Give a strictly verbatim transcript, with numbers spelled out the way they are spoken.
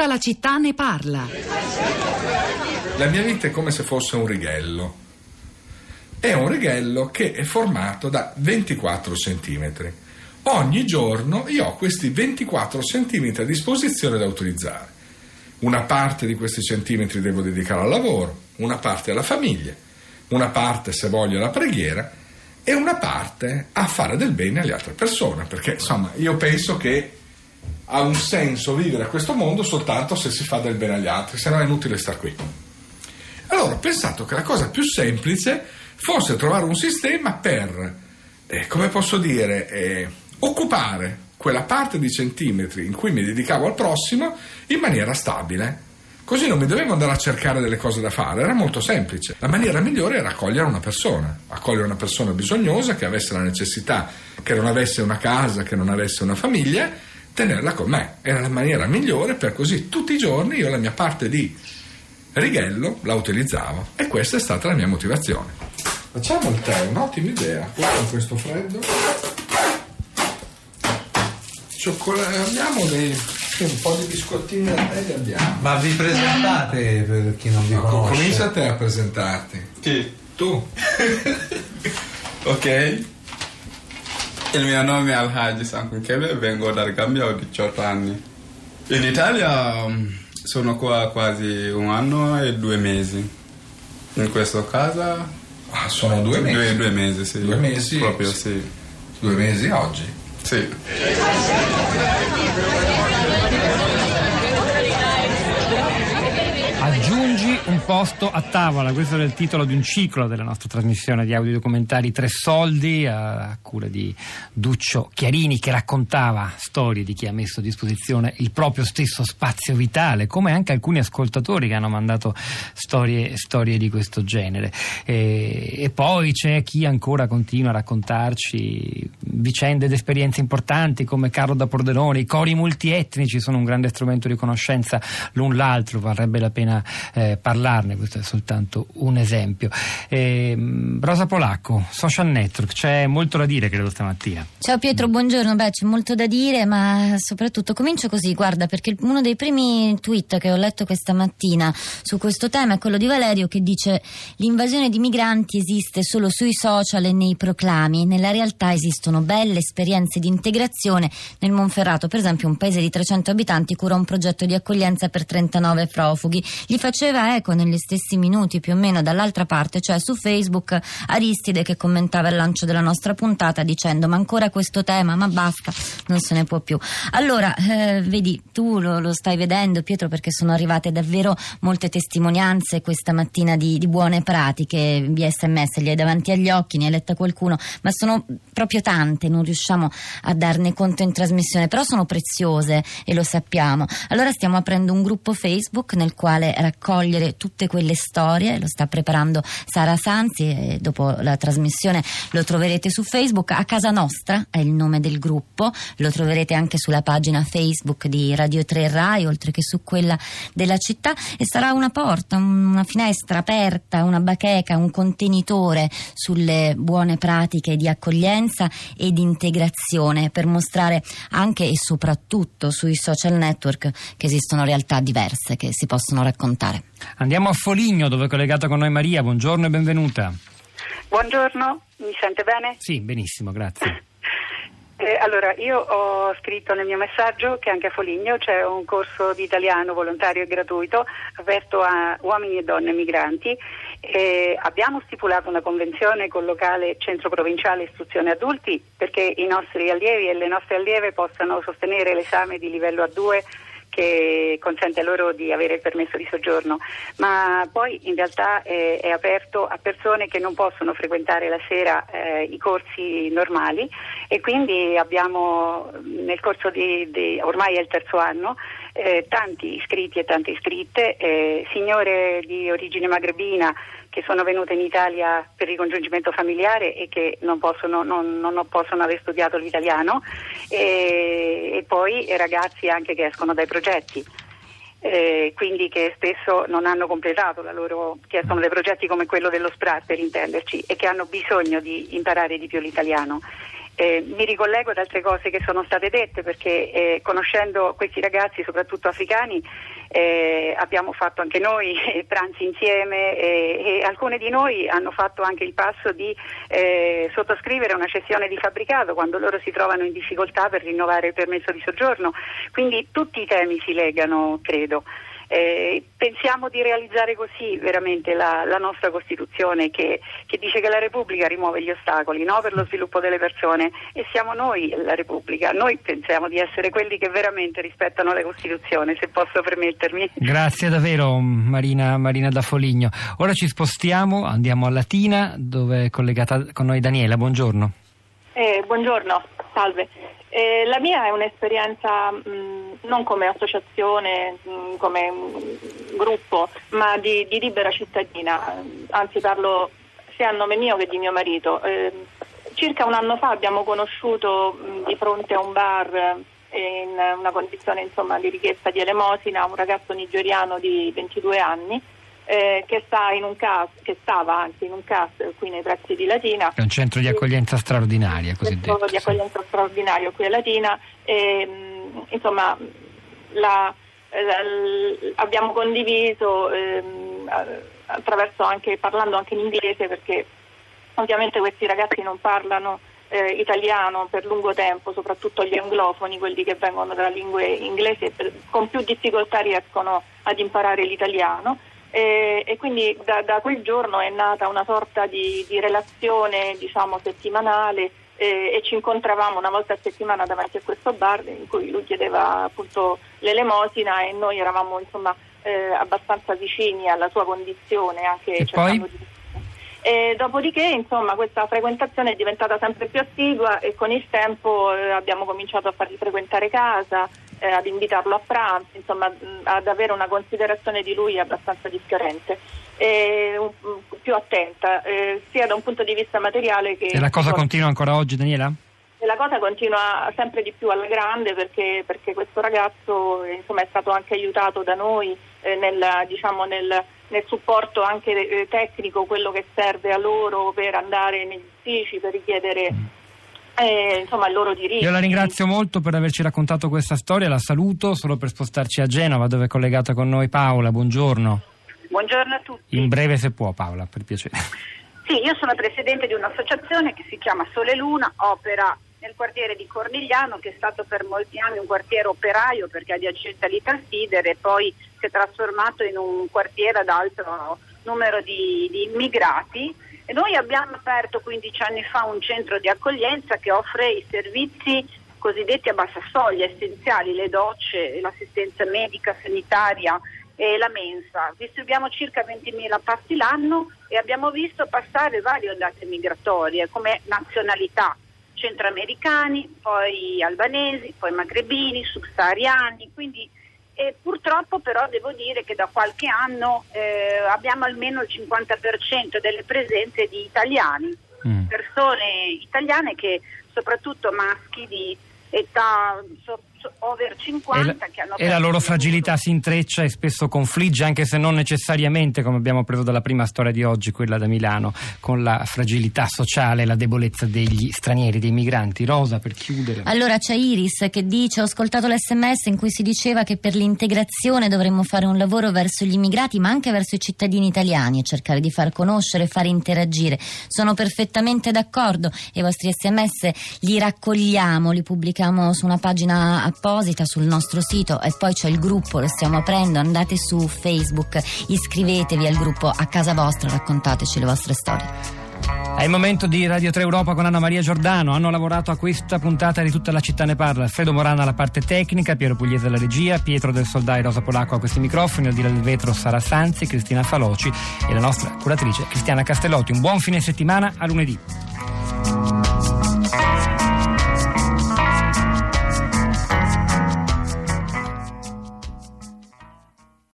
Tutta la città ne parla. La mia vita è come se fosse un righello. È un righello che è formato da ventiquattro centimetri. Ogni giorno io ho questi ventiquattro centimetri a disposizione da utilizzare. Una parte di questi centimetri devo dedicare al lavoro, una parte alla famiglia, una parte, se voglio, alla preghiera e una parte a fare del bene alle altre persone, perché insomma io penso che ha un senso vivere a questo mondo soltanto se si fa del bene agli altri, se no è inutile star qui. Allora ho pensato che la cosa più semplice fosse trovare un sistema per, eh, come posso dire, eh, occupare quella parte di centimetri in cui mi dedicavo al prossimo in maniera stabile. Così non mi dovevo andare a cercare delle cose da fare, era molto semplice. La maniera migliore era accogliere una persona, accogliere una persona bisognosa che avesse la necessità, che non avesse una casa, che non avesse una famiglia, tenerla con me. Era la maniera migliore, per così tutti i giorni io la mia parte di righello la utilizzavo e questa è stata la mia motivazione. Facciamo il tè, un'ottima idea. Qua con questo freddo. Cioccolato, abbiamo dei, un po' di biscottini al tè li abbiamo. Ma vi presentate per chi non vi no, conosce? Comincia te a presentarti. Chi? Tu. Ok. Il mio nome è Alhaji Sankunkebe e vengo dal Gambia, ho diciotto anni. In Italia sono qua quasi un anno e due mesi. In questa casa... Ah, sono due mesi? Due, due mesi, sì. Due mesi? Proprio, sì. Due mesi oggi? Sì. Aggiungi un posto a tavola, questo è il titolo di un ciclo della nostra trasmissione di audiodocumentari Tre Soldi, a cura di Duccio Chiarini, che raccontava storie di chi ha messo a disposizione il proprio stesso spazio vitale, come anche alcuni ascoltatori che hanno mandato storie, storie di questo genere. E, e poi c'è chi ancora continua a raccontarci vicende ed esperienze importanti come Carlo da Pordenone. I cori multietnici sono un grande strumento di conoscenza l'un l'altro, varrebbe la pena Eh, parlarne, questo è soltanto un esempio. eh, Rosa Polacco, social network, c'è molto da dire credo stamattina. Ciao Pietro, buongiorno. Beh, c'è molto da dire, ma soprattutto comincio così, guarda, perché uno dei primi tweet che ho letto questa mattina su questo tema è quello di Valerio, che dice: l'invasione di migranti esiste solo sui social e nei proclami, nella realtà esistono belle esperienze di integrazione. Nel Monferrato, per esempio, un paese di trecento abitanti cura un progetto di accoglienza per trentanove profughi. Gli faceva eco negli stessi minuti più o meno dall'altra parte, cioè su Facebook, Aristide, che commentava il lancio della nostra puntata dicendo: ma ancora questo tema, ma basta, non se ne può più. Allora, eh, vedi, tu lo, lo stai vedendo, Pietro, perché sono arrivate davvero molte testimonianze questa mattina di, di buone pratiche via sms, li hai davanti agli occhi, ne hai letta qualcuno, ma sono proprio tante, non riusciamo a darne conto in trasmissione, però sono preziose e lo sappiamo. Allora stiamo aprendo un gruppo Facebook nel quale raccogliere tutte quelle storie, lo sta preparando Sara Sanzi e dopo la trasmissione lo troverete su Facebook. A casa nostra è il nome del gruppo, lo troverete anche sulla pagina Facebook di Radio tre Rai, oltre che su quella della città, e sarà una porta, una finestra aperta, una bacheca, un contenitore sulle buone pratiche di accoglienza e di integrazione, per mostrare anche e soprattutto sui social network che esistono realtà diverse che si possono raccontare. Andiamo a Foligno, dove è collegata con noi Maria. Buongiorno e benvenuta. Buongiorno, mi sente bene? Sì, benissimo, grazie. Eh, allora, io ho scritto nel mio messaggio che anche a Foligno c'è un corso di italiano volontario e gratuito aperto a uomini e donne migranti. Eh, abbiamo stipulato una convenzione col locale Centro Provinciale Istruzione Adulti perché i nostri allievi e le nostre allieve possano sostenere l'esame di livello A due che consente loro di avere il permesso di soggiorno, ma poi in realtà è, è aperto a persone che non possono frequentare la sera eh, i corsi normali, e quindi abbiamo nel corso di, di ormai è il terzo anno eh, tanti iscritti e tante iscritte, eh, signore di origine magrebina che sono venute in Italia per ricongiungimento familiare e che non possono, non, non possono aver studiato l'italiano, e, e poi ragazzi anche che escono dai progetti, eh, quindi che spesso non hanno completato la loro, che escono dai progetti come quello dello S P R A, per intenderci, e che hanno bisogno di imparare di più l'italiano. Eh, mi ricollego ad altre cose che sono state dette, perché eh, conoscendo questi ragazzi, soprattutto africani, eh, abbiamo fatto anche noi eh, pranzi insieme eh, e alcune di noi hanno fatto anche il passo di eh, sottoscrivere una cessione di fabbricato quando loro si trovano in difficoltà per rinnovare il permesso di soggiorno. Quindi tutti i temi si legano, credo. Eh, pensiamo di realizzare così veramente la, la nostra Costituzione che, che dice che la Repubblica rimuove gli ostacoli, no, per lo sviluppo delle persone, e siamo noi la Repubblica. Noi pensiamo di essere quelli che veramente rispettano la Costituzione, se posso permettermi. Grazie davvero Marina, Marina da Foligno. Ora ci spostiamo, andiamo a Latina, dove è collegata con noi Daniela. Buongiorno. Eh, buongiorno, salve. Eh, la mia è un'esperienza mh, non come associazione, mh, come mh, gruppo, ma di, di libera cittadina, anzi parlo sia a nome mio che di mio marito. Eh, circa un anno fa abbiamo conosciuto mh, di fronte a un bar eh, in una condizione insomma di richiesta di elemosina un ragazzo nigeriano di ventidue anni eh, che sta in un C A S, che stava anzi in un C A S qui nei pressi di Latina. È un centro di accoglienza straordinaria, così detto. Centro di accoglienza sì. straordinario qui a Latina. E, mh, insomma, la, la, la, abbiamo condiviso ehm, attraverso anche parlando anche in inglese, perché ovviamente questi ragazzi non parlano eh, italiano per lungo tempo, soprattutto gli anglofoni, quelli che vengono da lingue inglesi, per, con più difficoltà riescono ad imparare l'italiano. E, e quindi da, da quel giorno è nata una sorta di, di relazione, diciamo, settimanale, eh, e ci incontravamo una volta a settimana davanti a questo bar in cui lui chiedeva appunto l'elemosina e noi eravamo insomma eh, abbastanza vicini alla sua condizione, anche e cercando poi? di... E dopodiché insomma questa frequentazione è diventata sempre più assidua e con il tempo eh, abbiamo cominciato a fargli frequentare casa, eh, ad invitarlo a pranzo, insomma mh, ad avere una considerazione di lui abbastanza differente e um, più attenta eh, sia da un punto di vista materiale che... E la cosa continua ancora oggi, Daniela? E la cosa continua sempre di più alla grande, perché, perché questo ragazzo eh, insomma è stato anche aiutato da noi eh, nel, diciamo, nel, nel supporto anche eh, tecnico, quello che serve a loro per andare negli uffici, per richiedere eh, insomma il loro diritto. Io la ringrazio molto per averci raccontato questa storia, la saluto solo per spostarci a Genova, dove è collegata con noi Paola. Buongiorno. Buongiorno a tutti. In breve se può, Paola, per piacere. Sì, io sono presidente di un'associazione che si chiama Sole Luna, opera nel quartiere di Cornigliano, che è stato per molti anni un quartiere operaio perché adiacente all'Italsider, e poi si è trasformato in un quartiere ad alto numero di, di immigrati. E noi abbiamo aperto quindici anni fa un centro di accoglienza che offre i servizi cosiddetti a bassa soglia, essenziali, le docce, l'assistenza medica, sanitaria e la mensa. Distribuiamo circa ventimila pasti l'anno e abbiamo visto passare varie ondate migratorie come nazionalità: centroamericani, poi albanesi, poi magrebini, subsahariani, quindi e purtroppo però devo dire che da qualche anno eh, abbiamo almeno il cinquanta per cento delle presenze di italiani, mm. persone italiane, che soprattutto maschi di età so, so, over cinquanta, e che hanno e la loro fragilità si intreccia e spesso confligge, anche se non necessariamente, come abbiamo preso dalla prima storia di oggi, quella da Milano, con la fragilità sociale e la debolezza degli stranieri, dei migranti. Rosa, per chiudere. Allora c'è Iris che dice: ho ascoltato l'esse emme esse in cui si diceva che per l'integrazione dovremmo fare un lavoro verso gli immigrati ma anche verso i cittadini italiani e cercare di far conoscere, far interagire. Sono perfettamente d'accordo e i vostri esse emme esse li raccogliamo, li pubblichiamo su una pagina apposita sul nostro sito e poi c'è il gruppo, lo stiamo aprendo, andate su Facebook, iscrivetevi al gruppo a casa vostra, raccontateci le vostre storie. È il momento di Radio tre Europa con Anna Maria Giordano. Hanno lavorato a questa puntata di Tutta la città ne parla Alfredo Morana alla parte tecnica, Piero Pugliese alla regia, Pietro del Soldà e Rosa Polacco a questi microfoni, al di là del vetro Sara Sanzi, Cristina Faloci e la nostra curatrice Cristiana Castellotti. Un buon fine settimana, a lunedì.